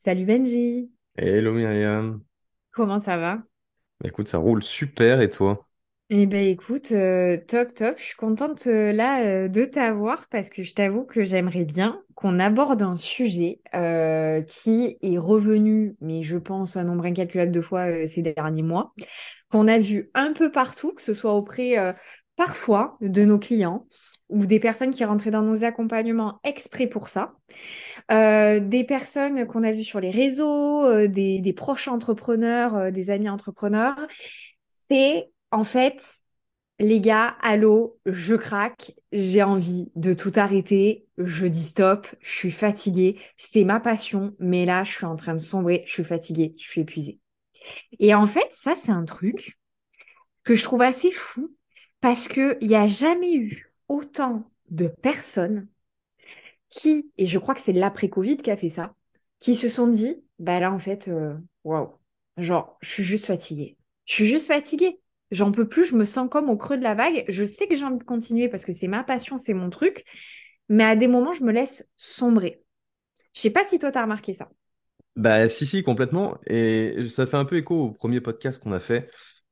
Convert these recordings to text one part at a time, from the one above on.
Salut Benji, Hello Myriam. comment ça va? Bah, écoute, ça roule super et toi? Eh ben écoute, top top, je suis contente de t'avoir parce que je t'avoue que j'aimerais bien qu'on aborde un sujet qui est revenu, mais je pense un nombre incalculable de fois ces derniers mois, qu'on a vu un peu partout, que ce soit auprès parfois de nos clients ou des personnes qui rentraient dans nos accompagnements exprès pour ça. Des personnes qu'on a vues sur les réseaux, des proches entrepreneurs, des amis entrepreneurs. C'est en fait, les gars, allô, je craque, j'ai envie de tout arrêter, je dis stop, je suis fatiguée, c'est ma passion, mais là, je suis en train de sombrer, je suis fatiguée, je suis épuisée. Et en fait, ça, c'est un truc que je trouve assez fou parce qu'il n'y a jamais eu autant de personnes qui, et je crois que c'est l'après-Covid qui a fait ça, qui se sont dit, bah là en fait, waouh, genre, je suis juste fatiguée. Je suis juste fatiguée. J'en peux plus, je me sens comme au creux de la vague. Je sais que j'ai envie de continuer parce que c'est ma passion, c'est mon truc, mais à des moments, je me laisse sombrer. Je sais pas si toi, t'as remarqué ça. Bah si, complètement. Et ça fait un peu écho au premier podcast qu'on a fait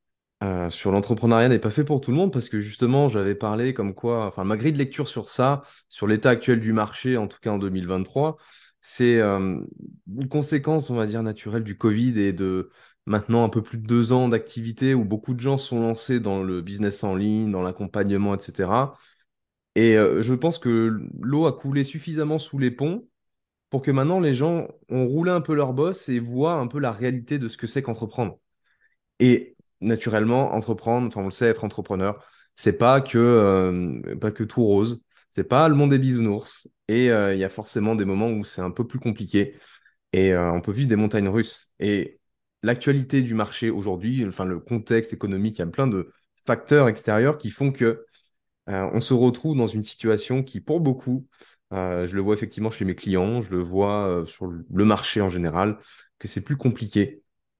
sur l'entrepreneuriat n'est pas fait pour tout le monde parce que justement j'avais parlé comme quoi, enfin ma grille de lecture sur ça, sur l'état actuel du marché, en tout cas en 2023, c'est une conséquence, on va dire, naturelle du Covid et de maintenant un peu plus de 2 ans d'activité où beaucoup de gens sont lancés dans le business en ligne, dans l'accompagnement, etc. Et je pense que l'eau a coulé suffisamment sous les ponts pour que maintenant les gens ont roulé un peu leur bosse et voient un peu la réalité de ce que c'est qu'entreprendre. Et naturellement, entreprendre, enfin on le sait, être entrepreneur, c'est pas que tout rose, c'est pas le monde des bisounours. Et il y a forcément des moments où c'est un peu plus compliqué et on peut vivre des montagnes russes. Et l'actualité du marché aujourd'hui, enfin le contexte économique, il y a plein de facteurs extérieurs qui font que on se retrouve dans une situation qui, pour beaucoup, je le vois effectivement chez mes clients, je le vois sur le marché en général, que c'est plus compliqué.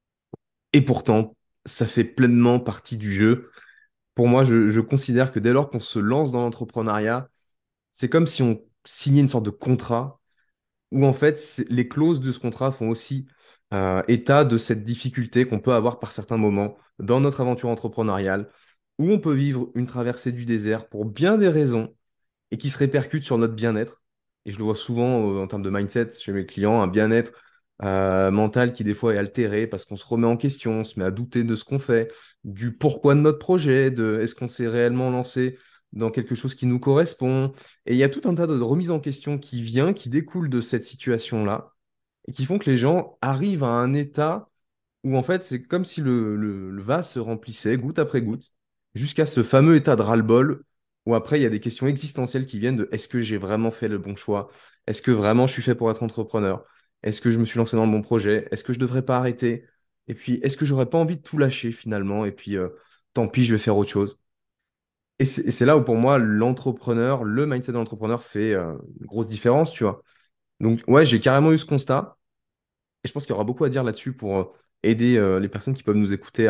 Et pourtant, ça fait pleinement partie du jeu. Pour moi, je considère que dès lors qu'on se lance dans l'entrepreneuriat, c'est comme si on signait une sorte de contrat où en fait, les clauses de ce contrat font aussi état de cette difficulté qu'on peut avoir par certains moments dans notre aventure entrepreneuriale, où on peut vivre une traversée du désert pour bien des raisons et qui se répercute sur notre bien-être. Et je le vois souvent en termes de mindset chez mes clients, un bien-être mental qui des fois est altéré parce qu'on se remet en question, on se met à douter de ce qu'on fait, du pourquoi de notre projet, de est-ce qu'on s'est réellement lancé dans quelque chose qui nous correspond. Et il y a tout un tas de remises en question qui vient, qui découle de cette situation-là, et qui font que les gens arrivent à un état où en fait c'est comme si le vase se remplissait goutte après goutte, jusqu'à ce fameux état de ras-le-bol, où après il y a des questions existentielles qui viennent de est-ce que j'ai vraiment fait le bon choix? Est-ce que vraiment je suis fait pour être entrepreneur? Est-ce que je me suis lancé dans le bon projet? Est-ce que je devrais pas arrêter? Et puis est-ce que j'aurais pas envie de tout lâcher finalement? Et puis tant pis, je vais faire autre chose. Et c'est là où pour moi l'entrepreneur, le mindset de l'entrepreneur fait une grosse différence, tu vois. Donc ouais, j'ai carrément eu ce constat. Et je pense qu'il y aura beaucoup à dire là-dessus pour aider les personnes qui peuvent nous écouter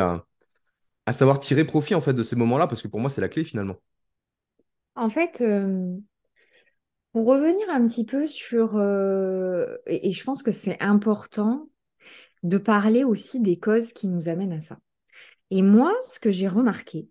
à savoir tirer profit en fait de ces moments-là, parce que pour moi, c'est la clé finalement. En fait, pour revenir un petit peu sur, et je pense que c'est important de parler aussi des causes qui nous amènent à ça. Et moi, ce que j'ai remarqué,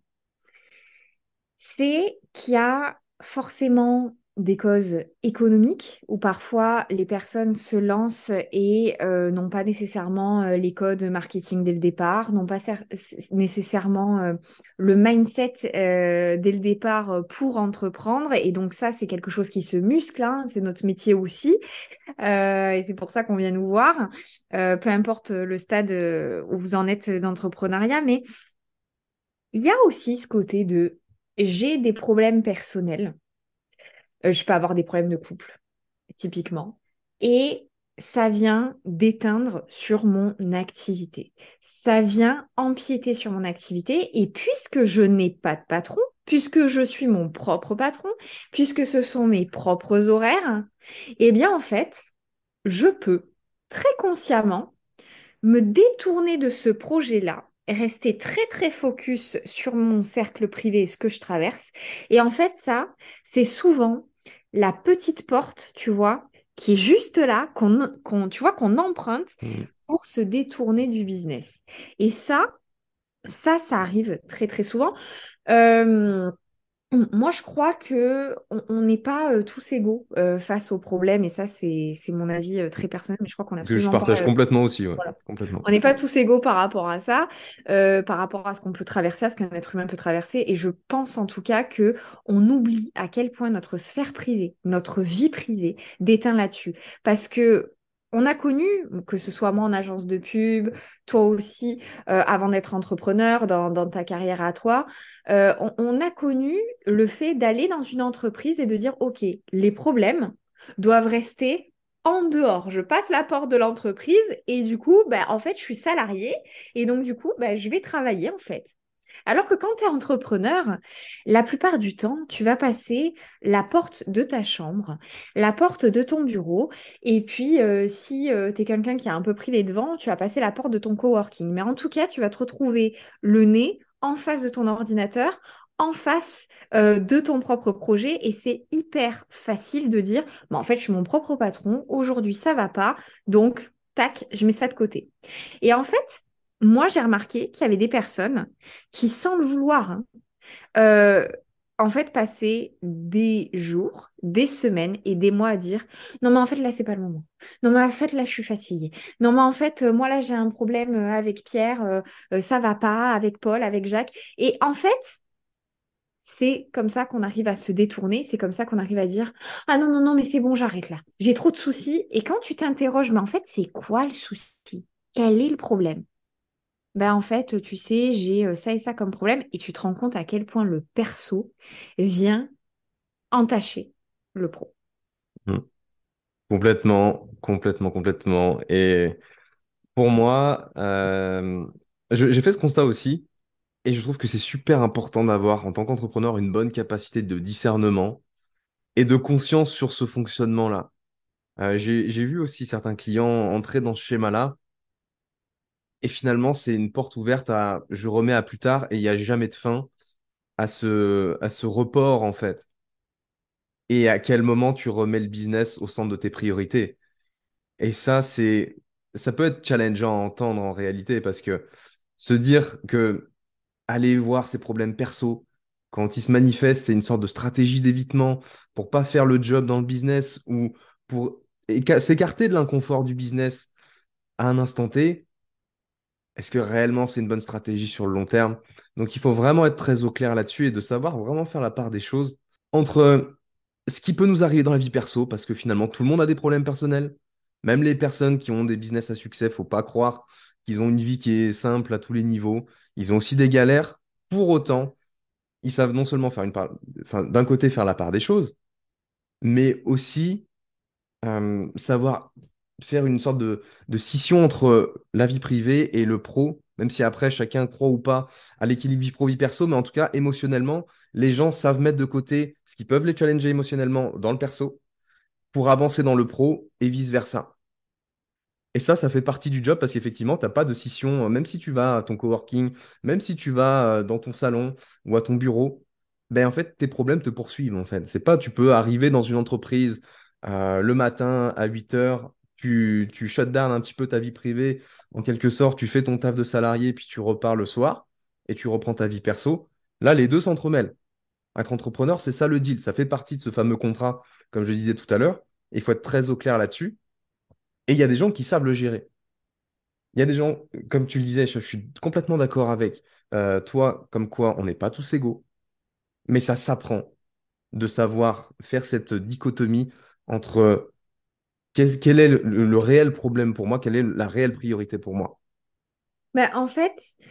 c'est qu'il y a forcément des causes économiques où parfois les personnes se lancent et n'ont pas nécessairement les codes marketing dès le départ, n'ont pas nécessairement le mindset dès le départ pour entreprendre. Et donc ça, c'est quelque chose qui se muscle, hein, c'est notre métier aussi. Et c'est pour ça qu'on vient nous voir, peu importe le stade où vous en êtes d'entrepreneuriat. Mais il y a aussi ce côté de j'ai des problèmes personnels. Je peux avoir des problèmes de couple, typiquement. Et ça vient d'éteindre sur mon activité. Ça vient empiéter sur mon activité. Et puisque je n'ai pas de patron, puisque je suis mon propre patron, puisque ce sont mes propres horaires, eh bien, en fait, je peux très consciemment me détourner de ce projet-là, rester très très focus sur mon cercle privé, ce que je traverse. Et en fait, ça, c'est souvent la petite porte, tu vois, qui est juste là, tu vois, qu'on emprunte Mm. pour se détourner du business. Et ça arrive très, très souvent. Euh, Moi, je crois que on n'est pas tous égaux face aux problèmes, et ça, c'est mon avis très personnel, mais je crois qu'on n'est Que je absolument pas. partage complètement aussi, ouais. Voilà. Complètement. On n'est pas tous égaux par rapport à ça, par rapport à ce qu'on peut traverser, à ce qu'un être humain peut traverser. Et je pense en tout cas que on oublie à quel point notre sphère privée, notre vie privée, déteint là-dessus. Parce que on a connu, que ce soit moi en agence de pub, toi aussi, avant d'être entrepreneur, dans ta carrière à toi, on a connu le fait d'aller dans une entreprise et de dire, OK, les problèmes doivent rester en dehors. Je passe la porte de l'entreprise et du coup, bah, en fait, je suis salariée et donc du coup, bah, je vais travailler en fait. Alors que quand tu es entrepreneur, la plupart du temps, tu vas passer la porte de ta chambre, la porte de ton bureau, et puis si tu es quelqu'un qui a un peu pris les devants, tu vas passer la porte de ton coworking. Mais en tout cas, tu vas te retrouver le nez en face de ton ordinateur, en face de ton propre projet, et c'est hyper facile de dire, bah, en fait, je suis mon propre patron, aujourd'hui, ça va pas, donc, tac, je mets ça de côté. Et en fait, moi, j'ai remarqué qu'il y avait des personnes qui, sans le vouloir, hein, euh, en fait, passaient des jours, des semaines et des mois à dire, non, mais en fait, là, c'est pas le moment. Non, mais en fait, là, je suis fatiguée. Non, mais en fait, moi, là, j'ai un problème avec Pierre, ça va pas, avec Paul, avec Jacques. Et en fait, c'est comme ça qu'on arrive à se détourner, c'est comme ça qu'on arrive à dire, ah non, non, non, mais c'est bon, j'arrête là. J'ai trop de soucis. Et quand tu t'interroges, mais en fait, c'est quoi le souci? Quel est le problème? Ben en fait, tu sais, j'ai ça et ça comme problème, et tu te rends compte à quel point le perso vient entacher le pro. Mm. Complètement, complètement, complètement. Et pour moi, j'ai fait ce constat aussi, et je trouve que c'est super important d'avoir, en tant qu'entrepreneur, une bonne capacité de discernement et de conscience sur ce fonctionnement-là. J'ai vu aussi certains clients entrer dans ce schéma-là, et finalement, c'est une porte ouverte à je remets à plus tard, et il n'y a jamais de fin à ce report, en fait. Et à quel moment tu remets le business au centre de tes priorités. Et ça peut être challengeant à entendre en réalité, parce que se dire que aller voir ses problèmes perso, quand ils se manifestent, c'est une sorte de stratégie d'évitement pour pas faire le job dans le business ou pour s'écarter de l'inconfort du business à un instant T. Est-ce que réellement c'est une bonne stratégie sur le long terme? Donc il faut vraiment être très au clair là-dessus et de savoir vraiment faire la part des choses entre ce qui peut nous arriver dans la vie perso, parce que finalement tout le monde a des problèmes personnels. Même les personnes qui ont des business à succès, faut pas croire qu'ils ont une vie qui est simple à tous les niveaux. Ils ont aussi des galères. Pour autant, ils savent non seulement faire enfin, d'un côté faire la part des choses, mais aussi savoir faire une sorte de scission entre la vie privée et le pro, même si après chacun croit ou pas à l'équilibre vie pro-vie perso, mais en tout cas émotionnellement, les gens savent mettre de côté ce qui peuvent les challenger émotionnellement dans le perso pour avancer dans le pro et vice-versa. Et ça fait partie du job parce qu'effectivement, tu n'as pas de scission, même si tu vas à ton coworking, même si tu vas dans ton salon ou à ton bureau, ben en fait, tes problèmes te poursuivent en fait. C'est pas, tu peux arriver dans une entreprise le matin à 8 heures, tu shut down un petit peu ta vie privée, en quelque sorte, tu fais ton taf de salarié, puis tu repars le soir et tu reprends ta vie perso. Là, les deux s'entremêlent. Être entrepreneur, c'est ça le deal. Ça fait partie de ce fameux contrat, comme je disais tout à l'heure. Il faut être très au clair là-dessus. Et il y a des gens qui savent le gérer. Il y a des gens, comme tu le disais, je suis complètement d'accord avec toi, comme quoi on n'est pas tous égaux, mais ça s'apprend de savoir faire cette dichotomie entre quel est le réel problème pour moi, quelle est la réelle priorité pour moi. Ben, en fait,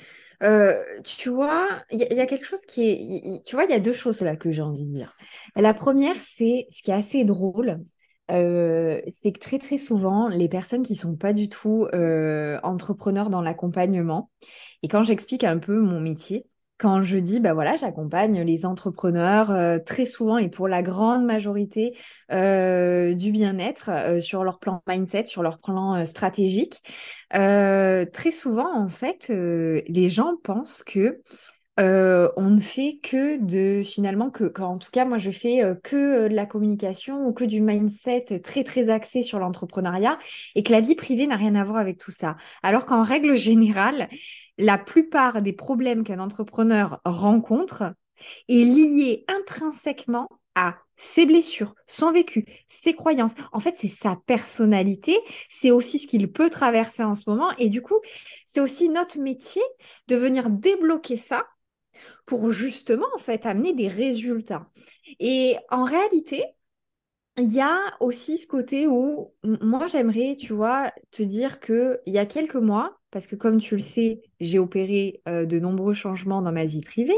tu vois, il y a quelque chose qui est... Tu vois, il y a deux choses là que j'ai envie de dire. La première, c'est ce qui est assez drôle, c'est que très très souvent, les personnes qui sont pas du tout entrepreneurs dans l'accompagnement, et quand j'explique un peu mon métier, quand je dis, bah voilà, j'accompagne les entrepreneurs très souvent et pour la grande majorité du bien-être sur leur plan mindset, sur leur plan stratégique. Très souvent, en fait, les gens pensent que on ne fait que de finalement en tout cas moi je fais que de la communication ou que du mindset très très axé sur l'entrepreneuriat et que la vie privée n'a rien à voir avec tout ça. Alors qu'en règle générale, la plupart des problèmes qu'un entrepreneur rencontre est lié intrinsèquement à ses blessures, son vécu, ses croyances. En fait, c'est sa personnalité, c'est aussi ce qu'il peut traverser en ce moment et du coup, c'est aussi notre métier de venir débloquer ça pour justement en fait amener des résultats. Et en réalité, il y a aussi ce côté où moi j'aimerais, tu vois, te dire que il y a quelques mois, parce que comme tu le sais, j'ai opéré de nombreux changements dans ma vie privée.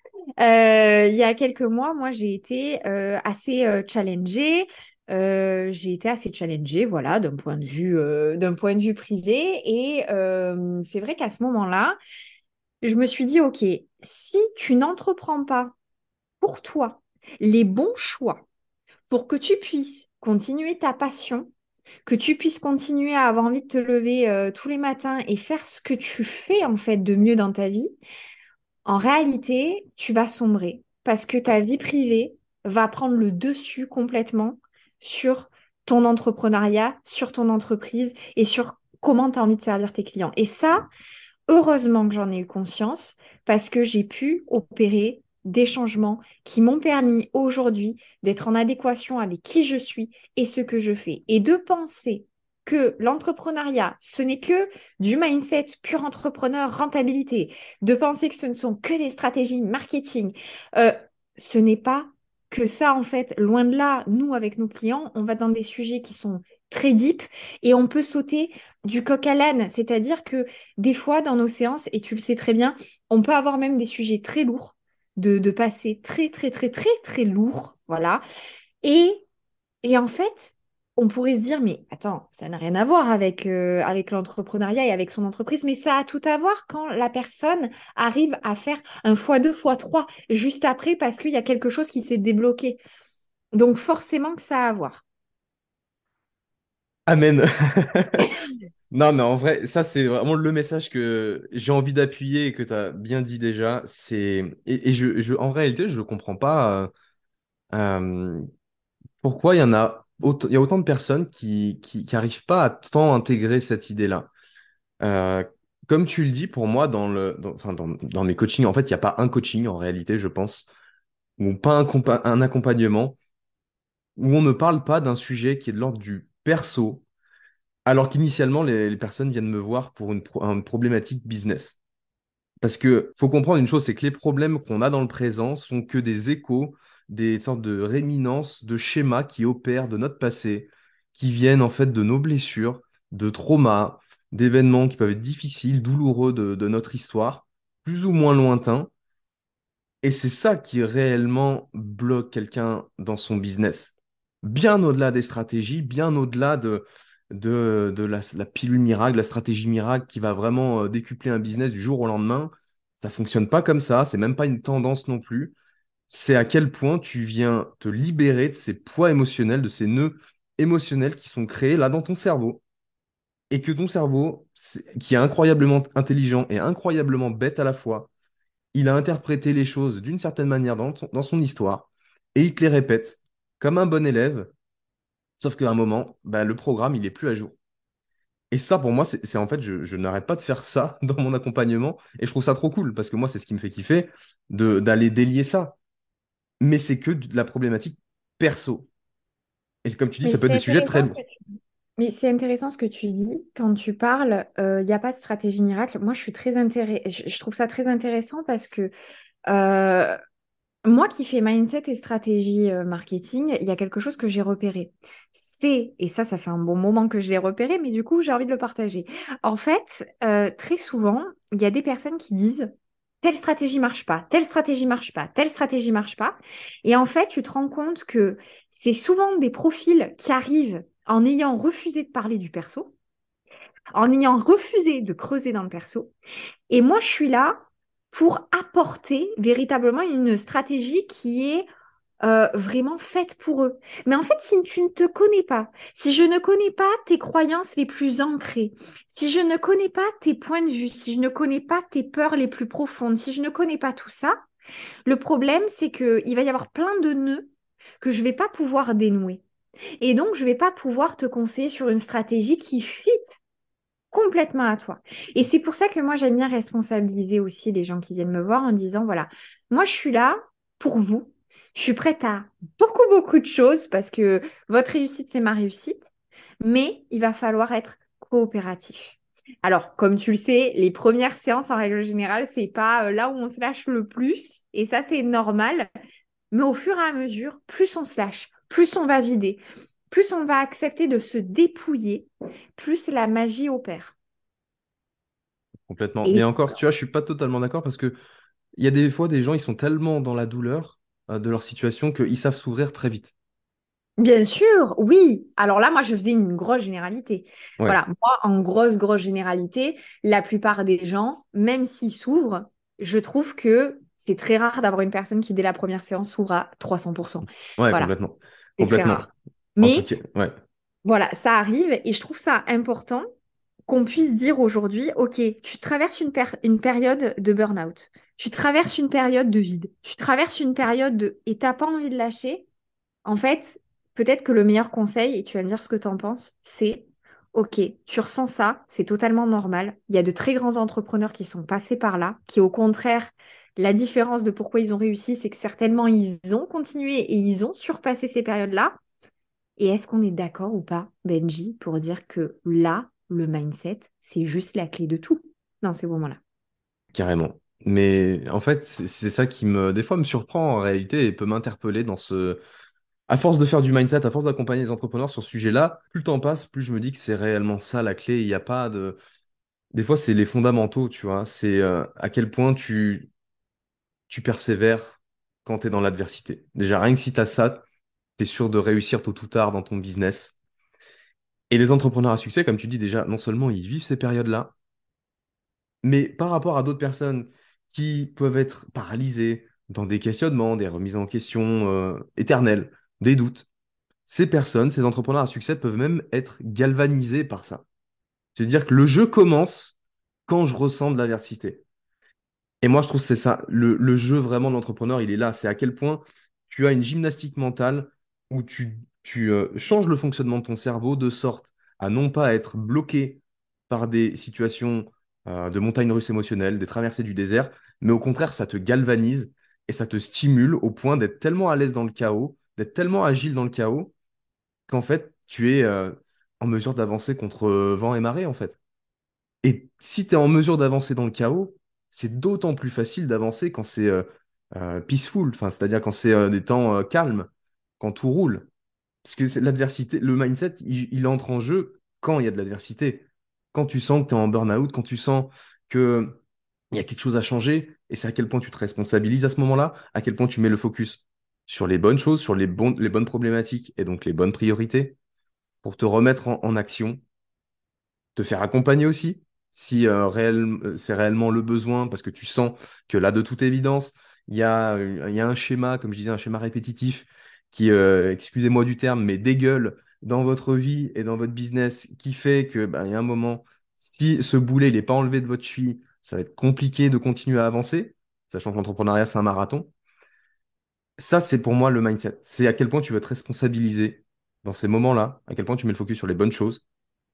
Il y a quelques mois, moi j'ai été assez challengée. J'ai été assez challengée, voilà, d'un point de vue privé. Et c'est vrai qu'à ce moment-là, je me suis dit, OK, si tu n'entreprends pas pour toi les bons choix pour que tu puisses continuer ta passion, que tu puisses continuer à avoir envie de te lever tous les matins et faire ce que tu fais en fait de mieux dans ta vie, en réalité, tu vas sombrer parce que ta vie privée va prendre le dessus complètement sur ton entrepreneuriat, sur ton entreprise et sur comment tu as envie de servir tes clients. Et ça, heureusement que j'en ai eu conscience parce que j'ai pu opérer des changements qui m'ont permis aujourd'hui d'être en adéquation avec qui je suis et ce que je fais. Et de penser que l'entrepreneuriat, ce n'est que du mindset pur entrepreneur, rentabilité, de penser que ce ne sont que des stratégies marketing, euh, ce n'est pas que ça en fait. Loin de là, nous avec nos clients, on va dans des sujets qui sont très deep et on peut sauter du coq à l'âne, c'est-à-dire que des fois, dans nos séances, et tu le sais très bien, on peut avoir même des sujets très lourds, de passé très, très, très, très, très lourds, voilà. Et, et en fait, on pourrait se dire, mais attends, ça n'a rien à voir avec l'entrepreneuriat et avec son entreprise, mais ça a tout à voir quand la personne arrive à faire un fois deux, fois trois juste après parce qu'il y a quelque chose qui s'est débloqué. Donc forcément que ça a à voir. Amen. Non, mais en vrai, ça, c'est vraiment le message que j'ai envie d'appuyer et que tu as bien dit déjà. Et en réalité, je ne comprends pas euh, pourquoi il y a autant de personnes qui arrivent pas à tant intégrer cette idée-là. Euh, Comme tu le dis, pour moi, enfin, dans mes coachings, en fait, il n'y a pas un coaching en réalité, je pense, ou pas un accompagnement, où on ne parle pas d'un sujet qui est de l'ordre du perso, alors qu'initialement, les personnes viennent me voir pour une problématique business. Parce que faut comprendre une chose, c'est que les problèmes qu'on a dans le présent sont que des échos, des sortes de réminences, de schémas qui opèrent de notre passé, qui viennent en fait de nos blessures, de traumas, d'événements qui peuvent être difficiles, douloureux de notre histoire, plus ou moins lointains. Et c'est ça qui réellement bloque quelqu'un dans son business. Bien au-delà des stratégies, bien au-delà de la pilule miracle, la stratégie miracle qui va vraiment décupler un business du jour au lendemain. Ça fonctionne pas comme ça, c'est même pas une tendance non plus. C'est à quel point tu viens te libérer de ces poids émotionnels, de ces nœuds émotionnels qui sont créés là dans ton cerveau. Et que ton cerveau, qui est incroyablement intelligent et incroyablement bête à la fois, il a interprété les choses d'une certaine manière dans son histoire et il te les répète comme un bon élève, sauf qu'à un moment, bah, le programme, il est plus à jour. Et ça, pour moi, en fait, je n'arrête pas de faire ça dans mon accompagnement et je trouve ça trop cool parce que moi, c'est ce qui me fait kiffer d'aller délier ça. Mais c'est que de la problématique perso. Et comme tu dis, Mais ça peut être c'est des sujets très intéressant ce que lourds. tu dis. Mais c'est intéressant ce que tu dis quand tu parles. Il n'y a pas de stratégie miracle. Moi, je trouve ça très intéressant parce que euh, moi qui fais mindset et stratégie marketing, il y a quelque chose que j'ai repéré. Et ça fait un bon moment que je l'ai repéré, mais du coup, j'ai envie de le partager. En fait, très souvent, il y a des personnes qui disent telle stratégie marche pas, telle stratégie marche pas, telle stratégie marche pas. Et en fait, tu te rends compte que c'est souvent des profils qui arrivent en ayant refusé de parler du perso, en ayant refusé de creuser dans le perso. Et moi, je suis là pour apporter véritablement une stratégie qui est vraiment faite pour eux. Mais en fait, si tu ne te connais pas, si je ne connais pas tes croyances les plus ancrées, si je ne connais pas tes points de vue, si je ne connais pas tes peurs les plus profondes, si je ne connais pas tout ça, le problème, c'est qu'il va y avoir plein de nœuds que je ne vais pas pouvoir dénouer. Et donc, je ne vais pas pouvoir te conseiller sur une stratégie qui fit complètement à toi. Et c'est pour ça que moi, j'aime bien responsabiliser aussi les gens qui viennent me voir en disant, voilà, moi, je suis là pour vous. Je suis prête à beaucoup, beaucoup de choses parce que votre réussite, c'est ma réussite. Mais il va falloir être coopératif. Alors, comme tu le sais, les premières séances, en règle générale, c'est pas là où on se lâche le plus. Et ça, c'est normal. Mais au fur et à mesure, plus on se lâche, plus on va vider, plus on va accepter de se dépouiller, plus la magie opère. Complètement. Mais Et encore, tu vois, je suis pas totalement d'accord parce que il y a des fois des gens, ils sont tellement dans la douleur de leur situation qu'ils savent s'ouvrir très vite. bien sûr, oui. Alors là, moi, je faisais une grosse généralité. Ouais, Voilà, moi, en grosse, grosse généralité, la plupart des gens, même s'ils s'ouvrent, je trouve que c'est très rare d'avoir une personne qui, dès la première séance, s'ouvre à 300%. ouais, Voilà, complètement. c'est très rare. Complètement. En tout Mais cas, ouais. voilà, ça arrive et je trouve ça important qu'on puisse dire aujourd'hui, OK, tu traverses une période de burn-out, tu traverses une période de vide, tu traverses une période de... et t'as pas envie de lâcher. En fait, peut-être que le meilleur conseil, et tu vas me dire ce que tu en penses, c'est, OK, tu ressens ça, c'est totalement normal. Il y a de très grands entrepreneurs qui sont passés par là, qui au contraire, la différence de pourquoi ils ont réussi, c'est que certainement ils ont continué et ils ont surpassé ces périodes-là. Et est-ce qu'on est d'accord ou pas, Benji, pour dire que là, le mindset, c'est juste la clé de tout dans ces moments-là? Carrément. Mais en fait, c'est ça qui des fois, me surprend en réalité et peut m'interpeller dans ce. À force de faire du mindset, à force d'accompagner les entrepreneurs sur ce sujet-là, plus le temps passe, plus je me dis que c'est réellement ça la clé. Il n'y a pas de. Des fois, c'est les fondamentaux, tu vois. C'est à quel point tu persévères quand tu es dans l'adversité. Déjà, rien que si tu as ça, tu es sûr de réussir tôt ou tard dans ton business. Et les entrepreneurs à succès, comme tu dis déjà, non seulement ils vivent ces périodes-là, mais par rapport à d'autres personnes qui peuvent être paralysées dans des questionnements, des remises en question éternelles, des doutes, ces personnes, ces entrepreneurs à succès peuvent même être galvanisés par ça. C'est-à-dire que le jeu commence quand je ressens de l'adversité. Et moi, je trouve que c'est ça, le jeu vraiment de l'entrepreneur, il est là. C'est à quel point tu as une gymnastique mentale où tu changes le fonctionnement de ton cerveau de sorte à non pas être bloqué par des situations de montagne russe émotionnelle, des traversées du désert, mais au contraire, ça te galvanise et ça te stimule au point d'être tellement à l'aise dans le chaos, d'être tellement agile dans le chaos, qu'en fait, tu es en mesure d'avancer contre vent et marée, en fait. Et si tu es en mesure d'avancer dans le chaos, c'est d'autant plus facile d'avancer quand c'est peaceful, enfin, c'est-à-dire quand c'est des temps calmes, quand tout roule. Parce que c'est l'adversité, le mindset, il entre en jeu quand il y a de l'adversité. Quand tu sens que tu es en burn-out, quand tu sens que il y a quelque chose à changer, et c'est à quel point tu te responsabilises à ce moment-là, à quel point tu mets le focus sur les bonnes choses, sur les bonnes problématiques et donc les bonnes priorités pour te remettre en action, te faire accompagner aussi, si c'est réellement le besoin, parce que tu sens que là, de toute évidence, il y a un schéma, comme je disais, un schéma répétitif qui, excusez-moi du terme, mais dégueule dans votre vie et dans votre business, qui fait que, ben, il y a un moment, si ce boulet n'est pas enlevé de votre cheville, ça va être compliqué de continuer à avancer, sachant que l'entrepreneuriat, c'est un marathon. Ça, c'est pour moi le mindset. C'est à quel point tu veux te responsabiliser dans ces moments-là, à quel point tu mets le focus sur les bonnes choses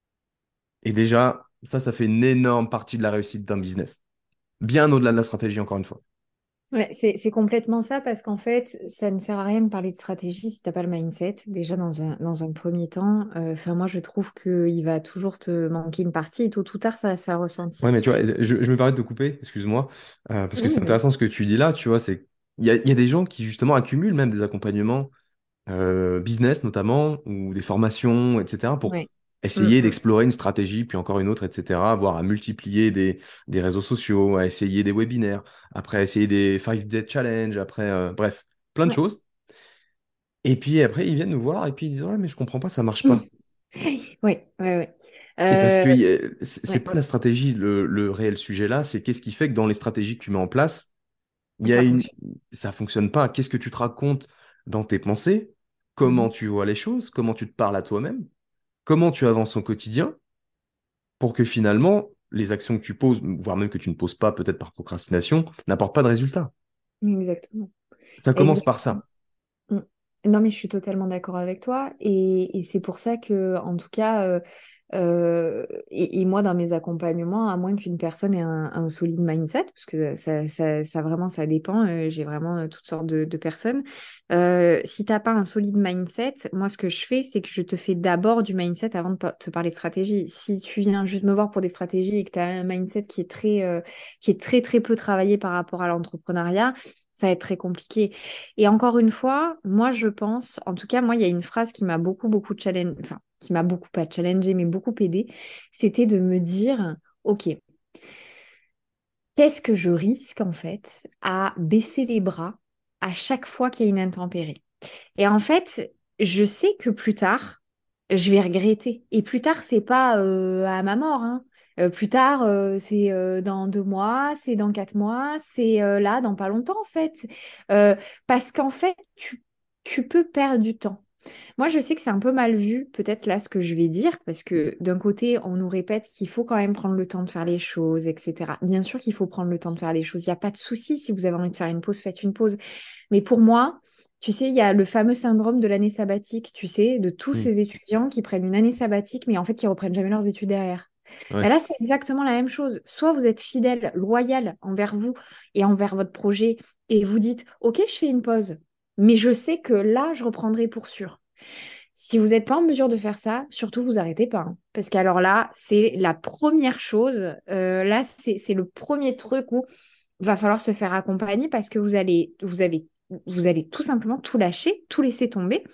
et déjà, ça fait une énorme partie de la réussite d'un business. Bien au-delà de la stratégie, encore une fois. Ouais, c'est complètement ça parce qu'en fait, ça ne sert à rien de parler de stratégie si tu n'as pas le mindset. Déjà, dans un premier temps, enfin, moi, je trouve qu'il va toujours te manquer une partie et tôt ou tard, ça va se Ouais, ressentir. mais tu vois, je me permets de te couper, excuse-moi, parce que Oui, c'est intéressant ce que tu dis là, tu vois, c'est il y a des gens qui justement accumulent même des accompagnements business notamment, ou des formations, etc., pour ouais. Mm, essayer mm. d'explorer une stratégie, puis encore une autre, etc., voire à multiplier des réseaux sociaux, à essayer des webinaires, après à essayer des 5 Day Challenge, après, bref, plein de Ouais. choses. Et puis après, ils viennent nous voir et puis ils disent, ouais, mais je comprends pas, ça marche Mm. pas. Ouais, ouais, ouais. Et parce que Euh, c'est ouais, pas la stratégie, le réel sujet là, c'est qu'est-ce qui fait que dans les stratégies que tu mets en place, il y a ça une, fonctionne. ça fonctionne pas. Qu'est-ce que tu te racontes? dans tes pensées, comment Mhm. tu vois les choses, comment tu te parles à toi-même, comment tu avances au quotidien, pour que finalement, les actions que tu poses, voire même que tu ne poses pas, peut-être par procrastination, n'apportent pas de résultat. Exactement. Ça commence par Exactement. ça. Mm. Non, mais je suis totalement d'accord avec toi. Et c'est pour ça que, en tout cas, et moi, dans mes accompagnements, à moins qu'une personne ait un solide mindset, parce que ça vraiment, ça dépend. J'ai vraiment toutes sortes de personnes. Si tu n'as pas un solide mindset, moi, ce que je fais, c'est que je te fais d'abord du mindset avant de te parler de stratégie. Si tu viens juste me voir pour des stratégies et que tu as un mindset qui est très, très peu travaillé par rapport à l'entrepreneuriat, ça va être très compliqué. Et encore une fois, moi, je pense, en tout cas, moi, il y a une phrase qui m'a beaucoup, beaucoup challenge, enfin, qui m'a beaucoup, pas challengé, mais beaucoup aidé, c'était de me dire, OK, qu'est-ce que je risque, en fait, à baisser les bras à chaque fois qu'il y a une intempérie? Et en fait, je sais que plus tard, je vais regretter. Et plus tard, c'est pas à ma mort, hein. Plus tard, c'est dans 2 mois, c'est dans 4 mois, c'est là, dans pas longtemps, en fait. Parce qu'en fait, tu peux perdre du temps. Moi, je sais que c'est un peu mal vu, peut-être là, ce que je vais dire, parce que d'un côté, on nous répète qu'il faut quand même prendre le temps de faire les choses, etc. Bien sûr qu'il faut prendre le temps de faire les choses. Il n'y a pas de souci. Si vous avez envie de faire une pause, faites une pause. Mais pour moi, tu sais, il y a le fameux syndrome de l'année sabbatique, tu sais, de tous Hmm. ces étudiants qui prennent une année sabbatique, mais en fait, qui reprennent jamais leurs études derrière. Ben Ouais. là, c'est exactement la même chose. Soit vous êtes fidèle, loyal envers vous et envers votre projet, et vous dites, OK, je fais une pause, mais je sais que là, je reprendrai pour sûr. Si vous n'êtes pas en mesure de faire ça, surtout vous arrêtez pas, hein. Parce qu'alors là, c'est la première chose. Là, c'est le premier truc où va falloir se faire accompagner parce que vous allez tout simplement tout lâcher, tout laisser tomber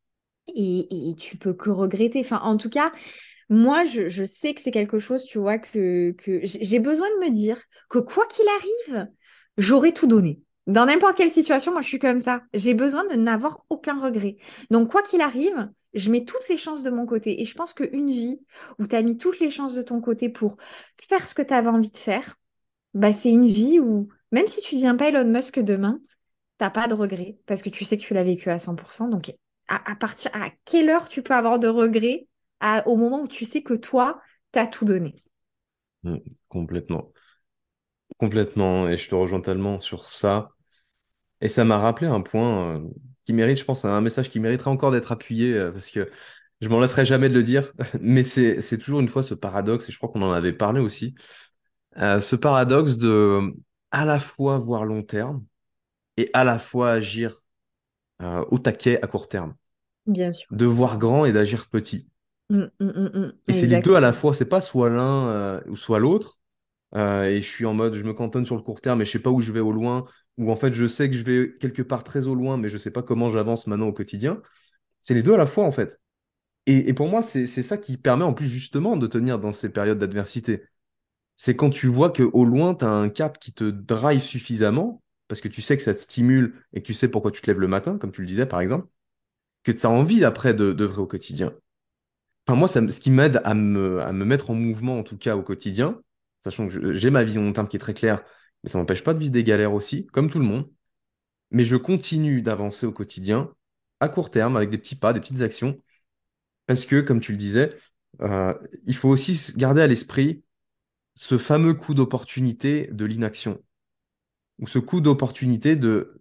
et tu peux que regretter. Enfin, en tout cas, moi, je sais que c'est quelque chose, tu vois, que j'ai besoin de me dire que quoi qu'il arrive, j'aurai tout donné. Dans n'importe quelle situation, moi, je suis comme ça. J'ai besoin de n'avoir aucun regret. Donc, quoi qu'il arrive, je mets toutes les chances de mon côté. Et je pense qu'une vie où tu as mis toutes les chances de ton côté pour faire ce que tu avais envie de faire, bah, c'est une vie où, même si tu ne deviens pas Elon Musk demain, t'as pas de regrets parce que tu sais que tu l'as vécu à 100%. Donc, à partir à quelle heure tu peux avoir de regrets au moment où tu sais que toi, t'as tout donné? Hmm. Complètement. Complètement. Et je te rejoins tellement sur ça. Et ça m'a rappelé un point qui mérite, je pense, un message qui mériterait encore d'être appuyé parce que je m'en lasserai jamais de le dire. Mais c'est toujours une fois ce paradoxe, et je crois qu'on en avait parlé aussi. Ce paradoxe de à la fois voir long terme et à la fois agir au taquet à court terme. Bien sûr. De voir grand et d'agir petit. Et c'est les deux à la Exactement. fois, c'est pas soit l'un ou soit l'autre. Et je suis en mode, je me cantonne sur le court terme et je sais pas où je vais au loin, ou en fait je sais que je vais quelque part très au loin, mais je sais pas comment j'avance maintenant au quotidien. C'est les deux à la fois en fait. Et pour moi, c'est ça qui permet en plus justement de tenir dans ces périodes d'adversité. C'est quand tu vois qu'au loin, tu as un cap qui te drive suffisamment, parce que tu sais que ça te stimule et que tu sais pourquoi tu te lèves le matin, comme tu le disais par exemple, que tu as envie après d'œuvrer au quotidien. Enfin, moi, ce qui m'aide à me mettre en mouvement, en tout cas au quotidien, sachant que j'ai ma vision long terme qui est très claire, mais ça m'empêche pas de vivre des galères aussi, comme tout le monde. Mais je continue d'avancer au quotidien, à court terme, avec des petits pas, des petites actions, parce que, comme tu le disais, euh, il faut aussi garder à l'esprit ce fameux coup d'opportunité de l'inaction, ou ce coup d'opportunité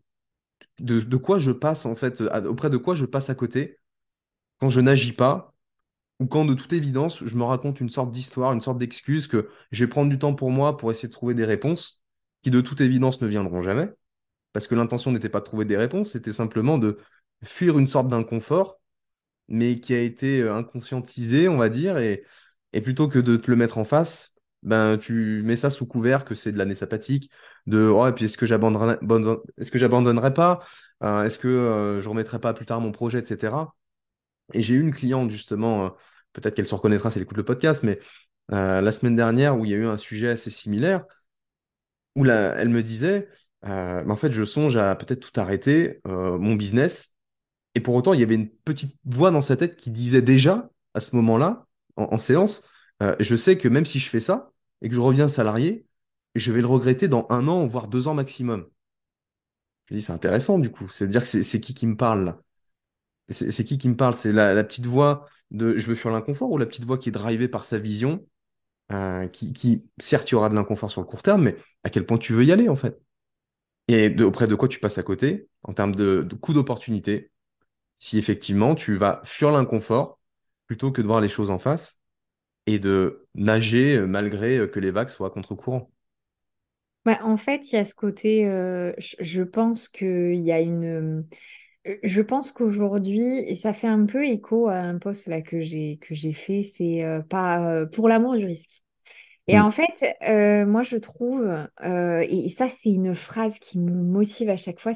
de quoi je passe, en fait, auprès de quoi je passe à côté quand je n'agis pas ou quand de toute évidence, je me raconte une sorte d'histoire, une sorte d'excuse que je vais prendre du temps pour moi pour essayer de trouver des réponses qui de toute évidence ne viendront jamais, parce que l'intention n'était pas de trouver des réponses, c'était simplement de fuir une sorte d'inconfort, mais qui a été inconscientisé, on va dire, et plutôt que de te le mettre en face, ben tu mets ça sous couvert que c'est de l'année sappatique, de oh, et puis est-ce que j'abandonnerai pas? Est-ce que je remettrai pas plus tard mon projet, etc. Et j'ai eu une cliente, justement, peut-être qu'elle se reconnaîtra si elle écoute le podcast, mais la semaine dernière, où il y a eu un sujet assez similaire, où elle me disait, mais en fait, je songe à peut-être tout arrêter, mon business. Et pour autant, il y avait une petite voix dans sa tête qui disait déjà, à ce moment-là, en séance, je sais que même si je fais ça, et que je reviens salarié, je vais le regretter dans 1 an, voire 2 ans maximum. Je me dis, c'est intéressant du coup. C'est-à-dire que c'est qui me parle là? C'est qui me parle? C'est la petite voix de je veux fuir l'inconfort ou la petite voix qui est drivée par sa vision, certes, il y aura de l'inconfort sur le court terme, mais à quel point tu veux y aller en fait? Et auprès de quoi tu passes à côté en termes de coût d'opportunité, si effectivement tu vas fuir l'inconfort plutôt que de voir les choses en face et de nager malgré que les vagues soient à contre-courant. Ouais, en fait, il y a ce côté, je pense qu'il y a une... Je pense qu'aujourd'hui, et ça fait un peu écho à un post là que j'ai fait, c'est pas pour l'amour du risque. Et Mm. en fait, moi je trouve, et ça c'est une phrase qui me motive à chaque fois,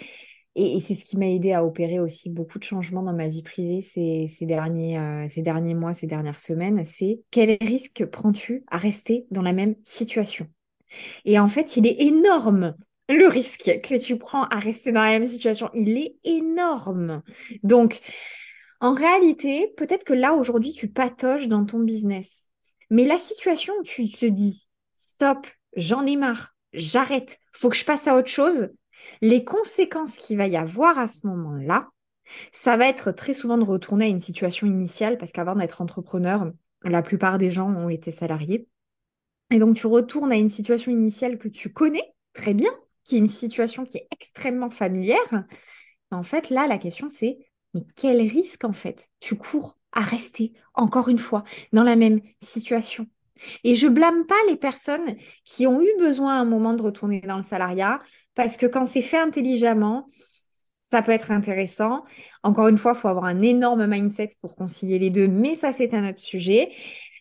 et c'est ce qui m'a aidé à opérer aussi beaucoup de changements dans ma vie privée ces derniers mois, ces dernières semaines, c'est quel risque prends-tu à rester dans la même situation? Et en fait, il est énorme. Le risque que tu prends à rester dans la même situation, il est énorme. Donc, en réalité, peut-être que là, aujourd'hui, tu patauges dans ton business. Mais la situation où tu te dis, stop, j'en ai marre, j'arrête, faut que je passe à autre chose, les conséquences qu'il va y avoir à ce moment-là, ça va être très souvent de retourner à une situation initiale, parce qu'avant d'être entrepreneur, la plupart des gens ont été salariés. Et donc, tu retournes à une situation initiale que tu connais très bien, qui est une situation qui est extrêmement familière. En fait, là, la question, c'est, mais quel risque, en fait, tu cours à rester, encore une fois, dans la même situation? Et je blâme pas les personnes qui ont eu besoin à un moment de retourner dans le salariat, parce que quand c'est fait intelligemment, ça peut être intéressant. Encore une fois, il faut avoir un énorme mindset pour concilier les deux, mais ça, c'est un autre sujet.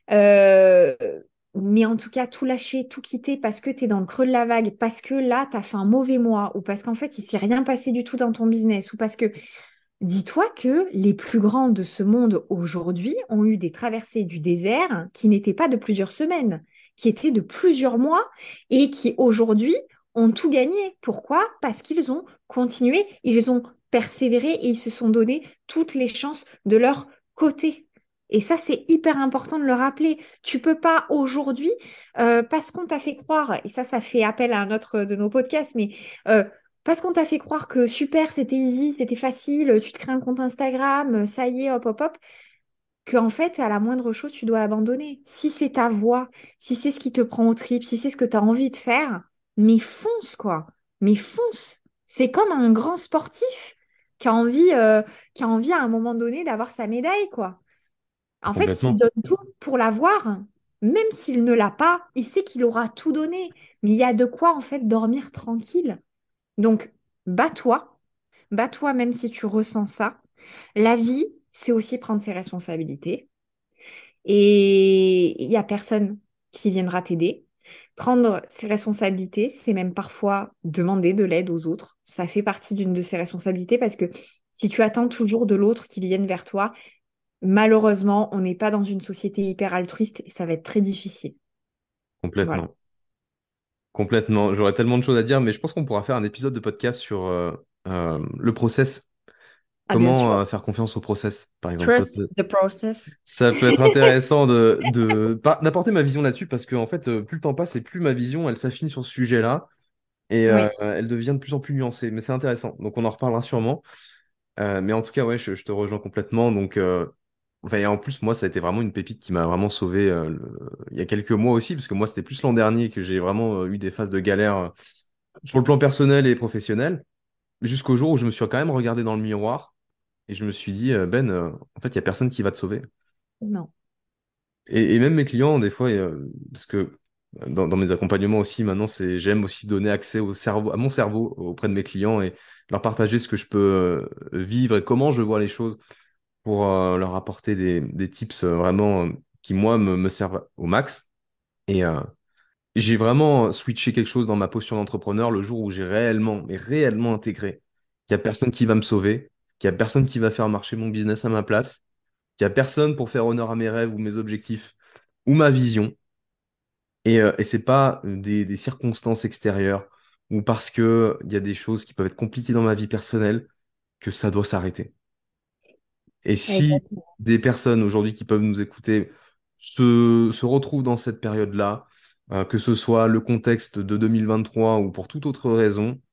Euh, mais en tout cas, tout lâcher, tout quitter parce que tu es dans le creux de la vague, parce que là, tu as fait un mauvais mois, ou parce qu'en fait, il s'est rien passé du tout dans ton business, ou parce que dis-toi que les plus grands de ce monde aujourd'hui ont eu des traversées du désert qui n'étaient pas de plusieurs semaines, qui étaient de plusieurs mois et qui aujourd'hui ont tout gagné. Pourquoi? Parce qu'ils ont continué, ils ont persévéré et ils se sont donné toutes les chances de leur côté. Et ça, c'est hyper important de le rappeler. Tu peux pas aujourd'hui, parce qu'on t'a fait croire, et ça fait appel à un autre de nos podcasts, mais euh, parce qu'on t'a fait croire que super, c'était easy, c'était facile, tu te crées un compte Instagram, ça y est, hop, hop, hop, qu'en fait, à la moindre chose, tu dois abandonner. Si c'est ta voix, si c'est ce qui te prend aux tripes, si c'est ce que tu as envie de faire, mais fonce, quoi. Mais fonce. C'est comme un grand sportif qui a envie à un moment donné d'avoir sa médaille, quoi. En fait, s'il Complètement. donne tout pour l'avoir, même s'il ne l'a pas, il sait qu'il aura tout donné. Mais il y a de quoi, en fait, dormir tranquille. Donc, bats-toi, bats-toi même si tu ressens ça. La vie, c'est aussi prendre ses responsabilités. Et il n'y a personne qui viendra t'aider. Prendre ses responsabilités, c'est même parfois demander de l'aide aux autres. Ça fait partie d'une de ses responsabilités parce que si tu attends toujours de l'autre qu'il vienne vers toi, malheureusement, on n'est pas dans une société hyper altruiste et ça va être très difficile. Voilà. Complètement. Complètement. J'aurais tellement de choses à dire, mais je pense qu'on pourra faire un épisode de podcast sur le process. Ah, bien Comment sûr. faire confiance au process, par exemple. Trust the process. Ça peut être intéressant d'apporter ma vision là-dessus parce que en fait, plus le temps passe et plus ma vision, elle s'affine sur ce sujet-là et Oui. elle devient de plus en plus nuancée. Mais c'est intéressant. Donc on en reparlera sûrement. Mais en tout cas, ouais, je te rejoins complètement. Donc, enfin, et en plus, moi, ça a été vraiment une pépite qui m'a vraiment sauvé il y a quelques mois aussi, parce que moi, c'était plus l'an dernier que j'ai vraiment eu des phases de galère sur le plan personnel et professionnel, jusqu'au jour où je me suis quand même regardé dans le miroir et je me suis dit, Ben, en fait, il y a personne qui va te sauver. Non. Et même mes clients, des fois, parce que dans mes accompagnements aussi, maintenant, j'aime aussi donner accès au cerveau, à mon cerveau auprès de mes clients et leur partager ce que je peux vivre et comment je vois les choses pour leur apporter des tips vraiment qui, moi, me servent au max. Et j'ai vraiment switché quelque chose dans ma posture d'entrepreneur le jour où j'ai réellement, mais réellement intégré qu'il n'y a personne qui va me sauver, qu'il n'y a personne qui va faire marcher mon business à ma place, qu'il n'y a personne pour faire honneur à mes rêves ou mes objectifs ou ma vision. Et c'est pas des circonstances extérieures ou parce que il y a des choses qui peuvent être compliquées dans ma vie personnelle que ça doit s'arrêter. Et si Exactement. des personnes aujourd'hui qui peuvent nous écouter se retrouvent dans cette période-là, que ce soit le contexte de 2023 ou pour toute autre raison,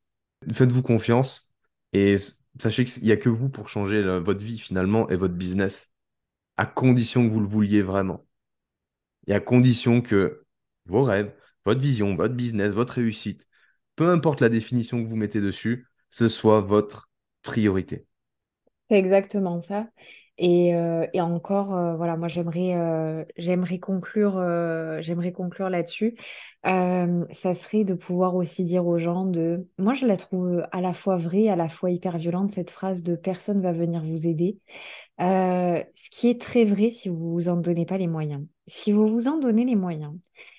faites-vous confiance et sachez qu'il n'y a que vous pour changer votre vie finalement et votre business, à condition que vous le vouliez vraiment. Et à condition que vos rêves, votre vision, votre business, votre réussite, peu importe la définition que vous mettez dessus, ce soit votre priorité. C'est exactement ça. Et encore, voilà, moi j'aimerais conclure là-dessus. Ça serait de pouvoir aussi dire aux gens de, moi je la trouve à la fois vraie, à la fois hyper violente, cette phrase de personne va venir vous aider. Ce qui est très vrai si vous vous en donnez pas les moyens. Si vous vous en donnez les moyens.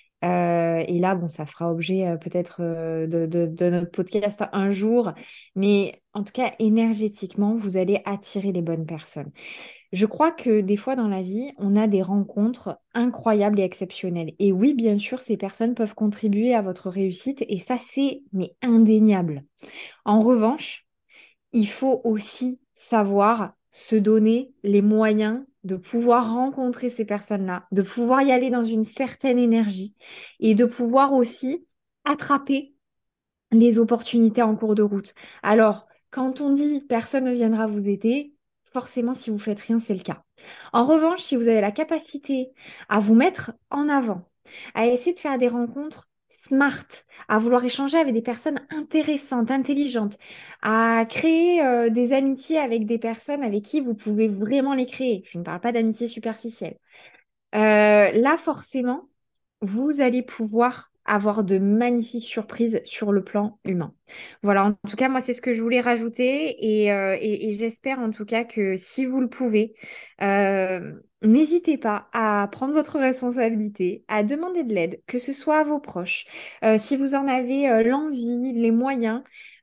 Et là, bon, ça fera objet peut-être de notre podcast un jour, mais en tout cas, énergétiquement, vous allez attirer les bonnes personnes. Je crois que des fois dans la vie, on a des rencontres incroyables et exceptionnelles. Et oui, bien sûr, ces personnes peuvent contribuer à votre réussite, et ça, c'est mais indéniable. En revanche, il faut aussi savoir se donner les moyens de pouvoir rencontrer ces personnes-là, de pouvoir y aller dans une certaine énergie et de pouvoir aussi attraper les opportunités en cours de route. Alors, quand on dit personne ne viendra vous aider, forcément, si vous faites rien, c'est le cas. En revanche, si vous avez la capacité à vous mettre en avant, à essayer de faire des rencontres smart, à vouloir échanger avec des personnes intéressantes, intelligentes, à créer des amitiés avec des personnes avec qui vous pouvez vraiment les créer. Je ne parle pas d'amitié superficielle. Là, forcément, vous allez pouvoir avoir de magnifiques surprises sur le plan humain. Voilà, en tout cas, moi, c'est ce que je voulais rajouter et j'espère en tout cas que si vous le pouvez, n'hésitez pas à prendre votre responsabilité, à demander de l'aide, que ce soit à vos proches, si vous en avez l'envie, les moyens.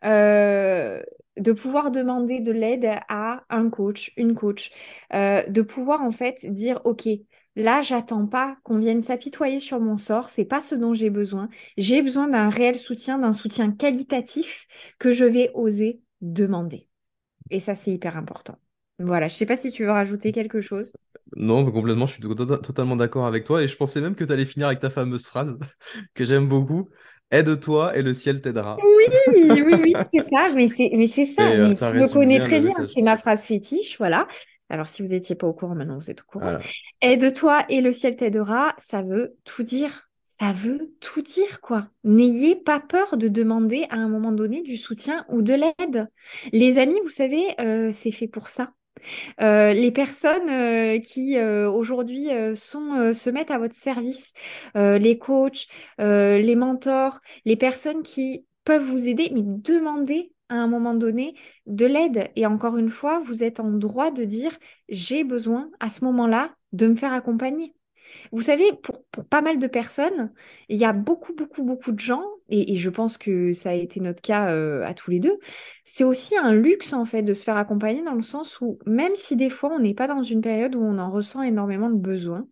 De pouvoir demander de l'aide à un coach, une coach, de pouvoir en fait dire, OK, là, j'attends pas qu'on vienne s'apitoyer sur mon sort, c'est pas ce dont j'ai besoin. J'ai besoin d'un réel soutien, d'un soutien qualitatif que je vais oser demander. Et ça, c'est hyper important. Voilà, je sais pas si tu veux rajouter quelque chose. Non, mais complètement, je suis totalement d'accord avec toi et je pensais même que tu allais finir avec ta fameuse phrase que j'aime beaucoup. Aide-toi et le ciel t'aidera. Oui, oui, oui, c'est ça, mais c'est Et ça, mais ça tu le résume connais bien très le bien, message. c'est ma phrase fétiche, voilà. Alors, si vous n'étiez pas au courant, maintenant vous êtes au courant. Voilà. Aide-toi et le ciel t'aidera, ça veut tout dire. Ça veut tout dire, quoi. N'ayez pas peur de demander à un moment donné du soutien ou de l'aide. Les amis, vous savez, c'est fait pour ça. Les personnes qui aujourd'hui se mettent à votre service, les coachs, les mentors, les personnes qui peuvent vous aider, mais demandez à un moment donné de l'aide. Et encore une fois, vous êtes en droit de dire, j'ai besoin à ce moment-là de me faire accompagner. Vous savez, pour pas mal de personnes, il y a beaucoup, beaucoup, beaucoup de gens, et je pense que ça a été notre cas à tous les deux, c'est aussi un luxe en fait de se faire accompagner dans le sens où même si des fois on n'est pas dans une période où on en ressent énormément le besoin,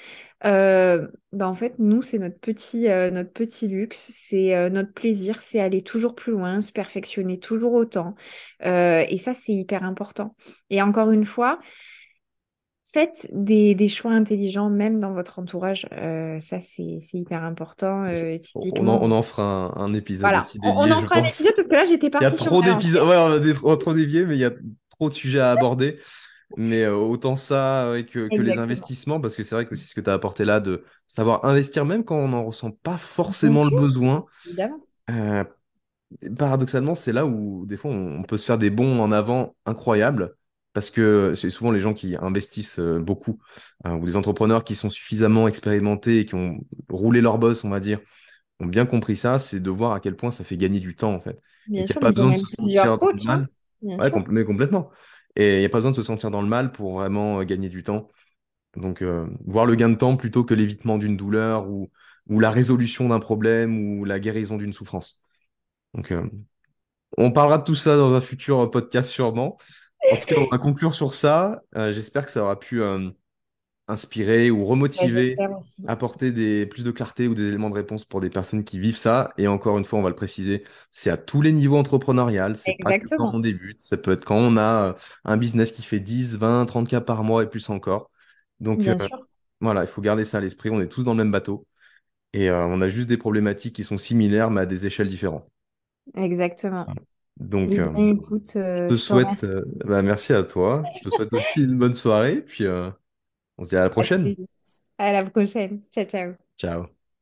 en fait nous c'est notre petit luxe, c'est notre plaisir, c'est aller toujours plus loin, se perfectionner toujours autant. Et ça c'est hyper important. Et encore une fois, faites des choix intelligents, même dans votre entourage. Ça, c'est hyper important. On Typiquement, en fera un épisode voilà. aussi On dédié, en je fera un pense. épisode parce que là, j'étais Il y a partie sur trop ma d'épisodes, lancée. ouais, on a trop dévié, mais il y a trop de sujets à aborder. Mais autant ça ouais, que les Exactement. investissements, parce que c'est vrai que aussi ce que tu as apporté là, de savoir investir même quand on n'en ressent pas Bien forcément le sûr, besoin. évidemment. euh, Paradoxalement, c'est là où des fois on peut se faire des bons en avant incroyables, parce que c'est souvent les gens qui investissent beaucoup, ou des entrepreneurs qui sont suffisamment expérimentés et qui ont roulé leur boss, on va dire, ont bien compris ça, c'est de voir à quel point ça fait gagner du temps en fait. Et Bien qu'il n'y a sûr, pas mais ils ont besoin de même se plusieurs sentir dans le coachs, hein. mal. Bien Ouais, sûr. mais complètement. Et il n'y a pas besoin de se sentir dans le mal pour vraiment gagner du temps. Donc, voir le gain de temps plutôt que l'évitement d'une douleur ou la résolution d'un problème ou la guérison d'une souffrance. Donc, on parlera de tout ça dans un futur podcast sûrement. En tout cas, on va conclure sur ça. J'espère que ça aura pu inspirer ou Ouais, remotiver, j'espère aussi. apporter plus de clarté ou des éléments de réponse pour des personnes qui vivent ça. Et encore une fois, on va le préciser, c'est à tous les niveaux entrepreneurial. C'est pas que quand on Exactement. débute. Ça peut être quand on a un business qui fait 10, 20, 30 cas par mois et plus encore. Donc Bien sûr. voilà, il faut garder ça à l'esprit. On est tous dans le même bateau. Et on a juste des problématiques qui sont similaires, mais à des échelles différentes. Exactement. Donc, Eh bien, écoute, je te je te souhaite, remercie. bah, merci à toi. Je te souhaite aussi une bonne soirée. Puis, on se dit à la À prochaine. très vite. À la prochaine. Ciao, ciao. Ciao.